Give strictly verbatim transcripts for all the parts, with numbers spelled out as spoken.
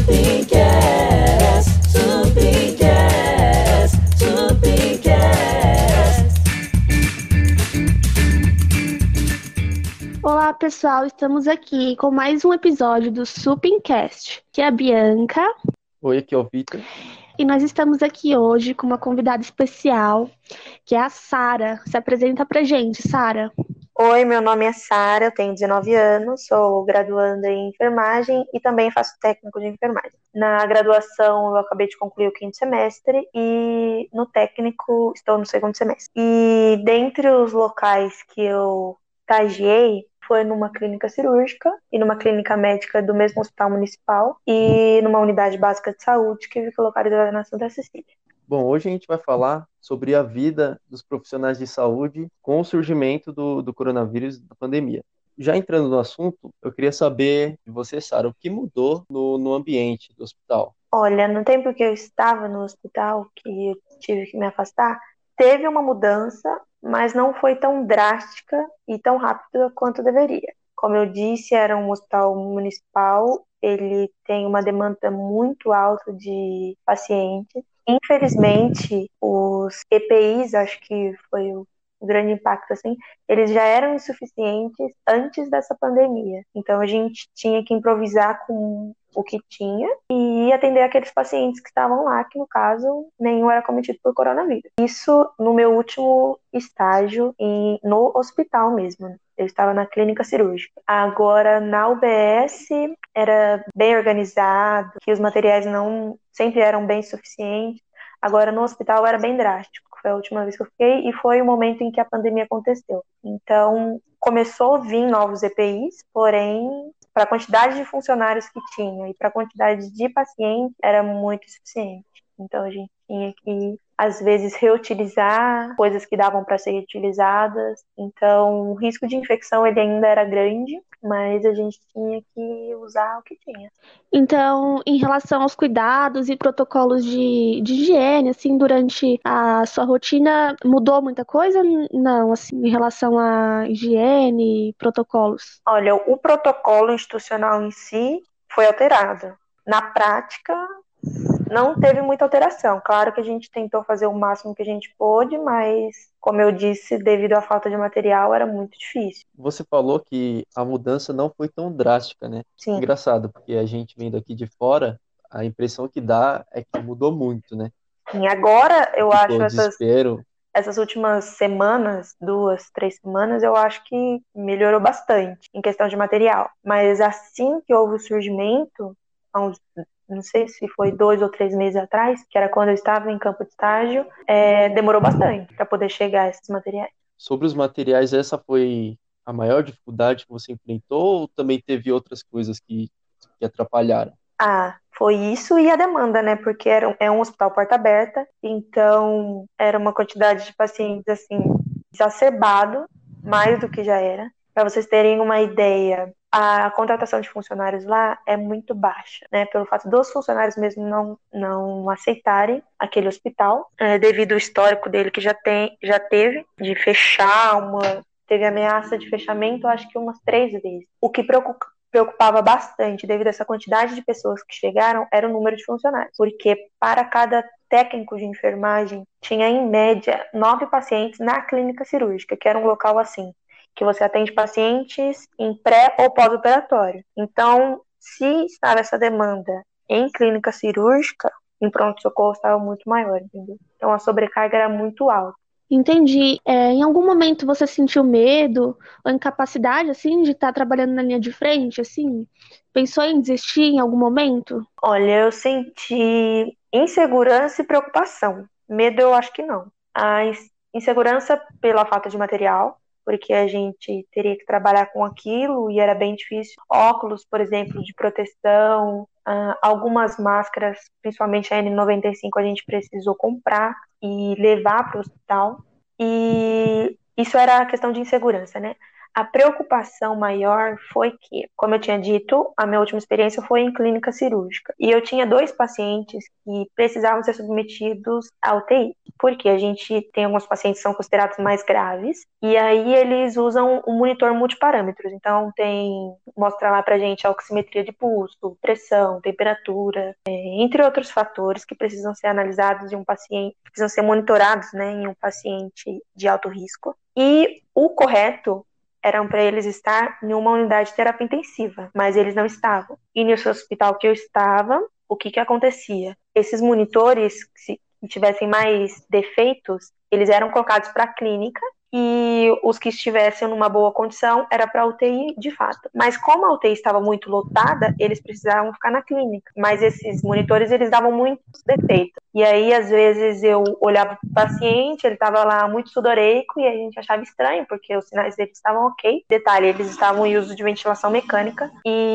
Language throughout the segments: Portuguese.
Supicast, Supicast, Supicast. Olá, pessoal, estamos aqui com mais um episódio do Supicast, que é a Bianca, Oi, aqui é o Vitor. e nós estamos aqui hoje com uma convidada especial, que é a Sara. Se apresenta pra gente, Sara. Oi, meu nome é Sara, eu tenho dezenove anos, sou graduanda em enfermagem e também faço técnico de enfermagem. Na graduação eu acabei de concluir o quinto semestre e no técnico estou no segundo semestre. E dentre os locais que eu estagiei foi numa clínica cirúrgica e numa clínica médica do mesmo hospital municipal e numa unidade básica de saúde que fica localizada na Santa Cecília. Bom, hoje a gente vai falar sobre a vida dos profissionais de saúde com o surgimento do, do coronavírus, da pandemia. Já entrando no assunto, eu queria saber de você, Sara, o que mudou no, no ambiente do hospital? Olha, no tempo que eu estava no hospital, que eu tive que me afastar, teve uma mudança, mas não foi tão drástica e tão rápida quanto deveria. Como eu disse, era um hospital municipal, ele tem uma demanda muito alta de pacientes. Infelizmente, os E P Is, acho que foi o grande impacto, assim, eles já eram insuficientes antes dessa pandemia. Então, a gente tinha que improvisar com o que tinha e atender aqueles pacientes que estavam lá, que no caso, nenhum era cometido por coronavírus. Isso no meu último estágio em, no hospital mesmo. Eu estava na clínica cirúrgica. Agora, na U B S, era bem organizado, que os materiais não sempre eram bem suficientes. Agora, no hospital, era bem drástico. Foi a última vez que eu fiquei e foi o momento em que a pandemia aconteceu. Então, começou a vir novos E P Is, porém, para a quantidade de funcionários que tinha e para a quantidade de pacientes, era muito insuficiente. Então, a gente tinha que, às vezes, reutilizar coisas que davam para ser reutilizadas. Então, o risco de infecção ele ainda era grande, mas a gente tinha que usar o que tinha. Então, em relação aos cuidados e protocolos de, de higiene, assim, durante a sua rotina, mudou muita coisa? Não, assim, em relação à higiene e protocolos. Olha, o protocolo institucional em si foi alterado. Na prática, não teve muita alteração. Claro que a gente tentou fazer o máximo que a gente pôde, mas, como eu disse, devido à falta de material, era muito difícil. Você falou que a mudança não foi tão drástica, né? Sim. Engraçado, porque a gente vendo aqui de fora, a impressão que dá é que mudou muito, né? E agora, eu Ficou acho essas, desespero. essas últimas semanas, duas, três semanas, eu acho que melhorou bastante em questão de material. Mas assim que houve o surgimento, há uns não sei se foi dois ou três meses atrás, que era quando eu estava em campo de estágio, é, demorou bastante para poder chegar a esses materiais. Sobre os materiais, essa foi a maior dificuldade que você enfrentou ou também teve outras coisas que, que atrapalharam? Ah, foi isso e a demanda, né? Porque era um, é um hospital porta aberta, então era uma quantidade de pacientes assim exacerbado, mais do que já era. Para vocês terem uma ideia, a contratação de funcionários lá é muito baixa, né? Pelo fato dos funcionários mesmo não, não aceitarem aquele hospital, é, devido ao histórico dele que já, tem, já teve, de fechar uma... Teve ameaça de fechamento, acho que umas três vezes. O que preocupa, preocupava bastante, devido a essa quantidade de pessoas que chegaram, era o número de funcionários. Porque para cada técnico de enfermagem, tinha em média nove pacientes na clínica cirúrgica, que era um local assim, que você atende pacientes em pré ou pós-operatório. Então, se estava essa demanda em clínica cirúrgica, em pronto-socorro estava muito maior, entendeu? Então, a sobrecarga era muito alta. Entendi. É, em algum momento você sentiu medo ou incapacidade, assim, de estar trabalhando na linha de frente, assim? Pensou em desistir em algum momento? Olha, eu senti insegurança e preocupação. Medo eu acho que não. A insegurança pela falta de material, porque a gente teria que trabalhar com aquilo e era bem difícil. Óculos, por exemplo, de proteção, uh, algumas máscaras, principalmente a N noventa e cinco, a gente precisou comprar e levar para o hospital. E isso era a questão de insegurança, né? A preocupação maior foi que, como eu tinha dito, a minha última experiência foi em clínica cirúrgica. E eu tinha dois pacientes que precisavam ser submetidos à U T I. Porque a gente tem alguns pacientes que são considerados mais graves, e aí eles usam um monitor multiparâmetros. Então tem, mostra lá pra gente a oximetria de pulso, pressão, temperatura, é, entre outros fatores que precisam ser analisados em um paciente, precisam ser monitorados, né, em um paciente de alto risco. E o correto eram para eles estar em uma unidade de terapia intensiva, mas eles não estavam. E nesse hospital que eu estava, o que que acontecia? Esses monitores, se tivessem mais defeitos, eles eram colocados para a clínica, e os que estivessem numa boa condição era para a U T I de fato. Mas como a U T I estava muito lotada, eles precisavam ficar na clínica. Mas esses monitores, eles davam muitos defeitos. E aí, às vezes, eu olhava para o paciente, ele estava lá muito sudoreico, e a gente achava estranho, porque os sinais dele estavam ok. Detalhe, eles estavam em uso de ventilação mecânica.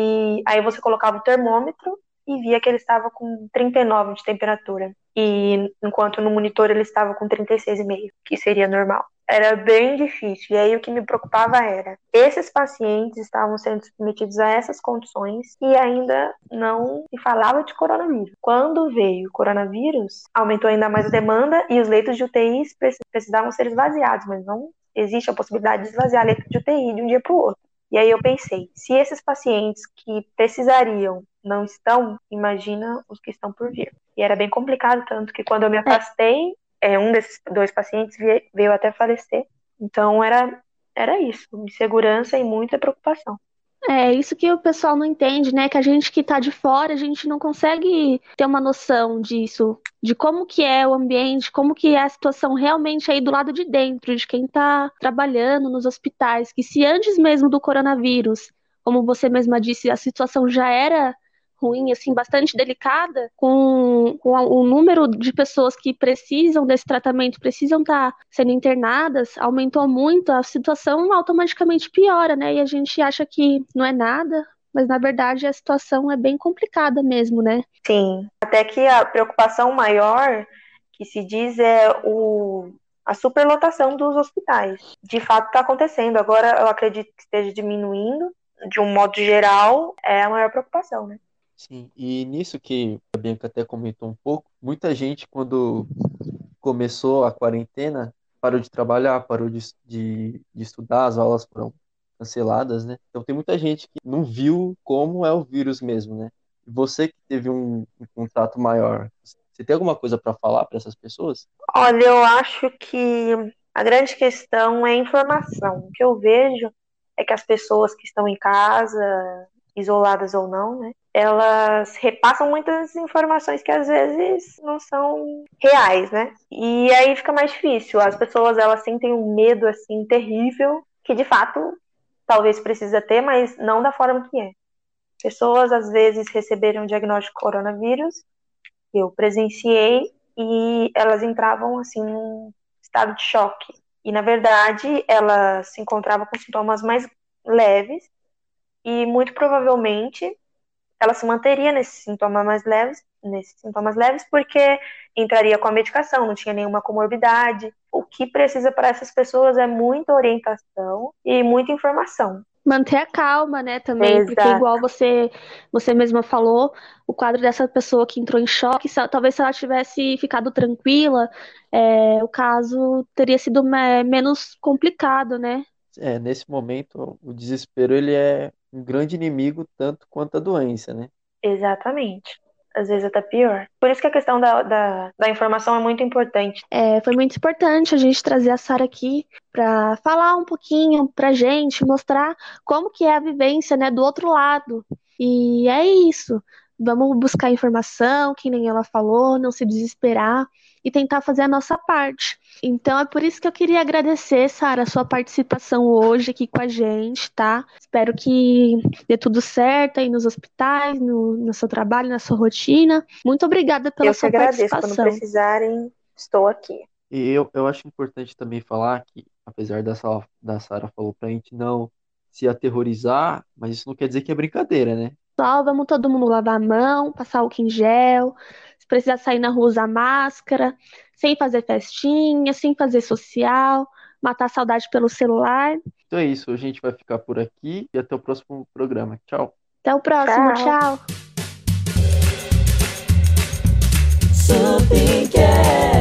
E aí você colocava o termômetro e via que ele estava com trinta e nove de temperatura. E enquanto no monitor ele estava com trinta e seis vírgula cinco, que seria normal. Era bem difícil. E aí o que me preocupava era, esses pacientes estavam sendo submetidos a essas condições e ainda não se falava de coronavírus. Quando veio o coronavírus, aumentou ainda mais a demanda e os leitos de U T Is precisavam ser esvaziados, mas não existe a possibilidade de esvaziar leito de U T I de um dia para o outro. E aí eu pensei, se esses pacientes que precisariam não estão, imagina os que estão por vir. E era bem complicado, tanto que quando eu me afastei, é, um desses dois pacientes veio até falecer. Então era, era isso, insegurança e muita preocupação. É isso que o pessoal não entende, né? Que a gente que tá de fora, a gente não consegue ter uma noção disso, de como que é o ambiente, como que é a situação realmente aí do lado de dentro, de quem tá trabalhando nos hospitais, que se antes mesmo do coronavírus, como você mesma disse, a situação já era ruim, assim, bastante delicada, com, com o número de pessoas que precisam desse tratamento, precisam estar sendo internadas, aumentou muito, a situação automaticamente piora, né? E a gente acha que não é nada, mas na verdade a situação é bem complicada mesmo, né? Sim, até que a preocupação maior que se diz é o, a superlotação dos hospitais. De fato está acontecendo, agora eu acredito que esteja diminuindo, de um modo geral, é a maior preocupação, né? Sim, e nisso que a Bianca até comentou um pouco, muita gente, quando começou a quarentena, parou de trabalhar, parou de, de, de estudar, as aulas foram canceladas, né? Então tem muita gente que não viu como é o vírus mesmo, né? E você que teve um, um contato maior, você tem alguma coisa para falar para essas pessoas? Olha, eu acho que a grande questão é a informação. O que eu vejo é que as pessoas que estão em casa, isoladas ou não, né, elas repassam muitas informações que às vezes não são reais, né? E aí fica mais difícil. As pessoas, elas sentem um medo assim terrível, que de fato talvez precisa ter, mas não da forma que é. Pessoas às vezes receberam o diagnóstico de coronavírus, eu presenciei, e elas entravam assim num estado de choque. E na verdade, elas se encontravam com sintomas mais leves, e muito provavelmente ela se manteria nesses sintomas mais leves, nesses sintomas leves, porque entraria com a medicação, não tinha nenhuma comorbidade. O que precisa para essas pessoas é muita orientação e muita informação. Manter a calma, né, também, Exato. porque igual você, você mesma falou, o quadro dessa pessoa que entrou em choque, se- talvez se ela tivesse ficado tranquila, é, o caso teria sido me- menos complicado, né? É, nesse momento, o desespero ele é um grande inimigo tanto quanto a doença, né? Exatamente. Às vezes até pior. Por isso que a questão da, da, da informação é muito importante. É, foi muito importante a gente trazer a Sara aqui para falar um pouquinho pra gente, mostrar como que é a vivência, né, do outro lado. E é isso. Vamos buscar informação, que nem ela falou, não se desesperar e tentar fazer a nossa parte. Então é por isso que eu queria agradecer, Sara, a sua participação hoje aqui com a gente, tá? Espero que dê tudo certo aí nos hospitais, no, no seu trabalho, na sua rotina. Muito obrigada pela Eu que sua agradeço. Quando participação. precisarem, estou aqui. E eu, eu acho importante também falar que, apesar da Sara, da Sara falou pra gente não se aterrorizar, mas isso não quer dizer que é brincadeira, né? Pessoal, vamos todo mundo lavar a mão, passar álcool em gel. Se precisar sair na rua, usar máscara, sem fazer festinha, sem fazer social, matar a saudade pelo celular. Então é isso, a gente vai ficar por aqui e até o próximo programa. Tchau. Até o próximo, Tchau. tchau. Something can